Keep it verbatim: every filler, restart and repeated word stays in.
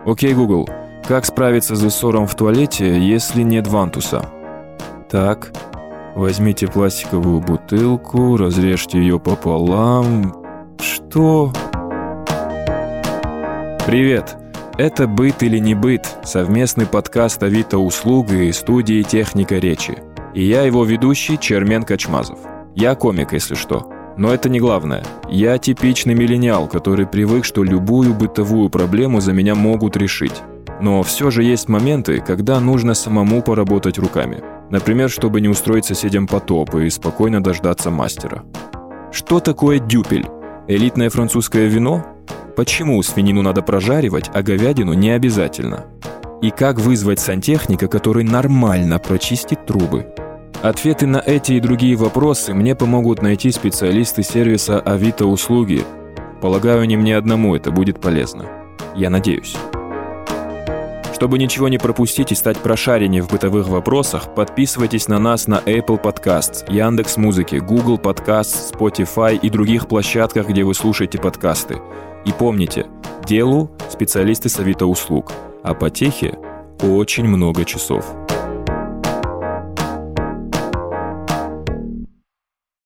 Окей, Google, как справиться с засором в туалете, если нет вантуса? Так, возьмите пластиковую бутылку, разрежьте ее пополам. Что? Привет! Это «Быт или не быт» – совместный подкаст Авито Услуг и студии «Техника речи». И я его ведущий Чермен Качмазов. Я комик, если что. Но это не главное. Я типичный миллениал, который привык, что любую бытовую проблему за меня могут решить. Но все же есть моменты, когда нужно самому поработать руками. Например, чтобы не устроить соседям потоп и спокойно дождаться мастера. Что такое дюпель? Элитное французское вино? Почему свинину надо прожаривать, а говядину не обязательно? И как вызвать сантехника, который нормально прочистит трубы? Ответы на эти и другие вопросы мне помогут найти специалисты сервиса Авито Услуги. Полагаю, не мне одному это будет полезно. Я надеюсь. Чтобы ничего не пропустить и стать прошареннее в бытовых вопросах, подписывайтесь на нас на Apple Podcasts, Яндекс.Музыке, Google Podcasts, Spotify и других площадках, где вы слушаете подкасты. И помните, делу специалисты с Авито Услуг, а по техе очень много часов.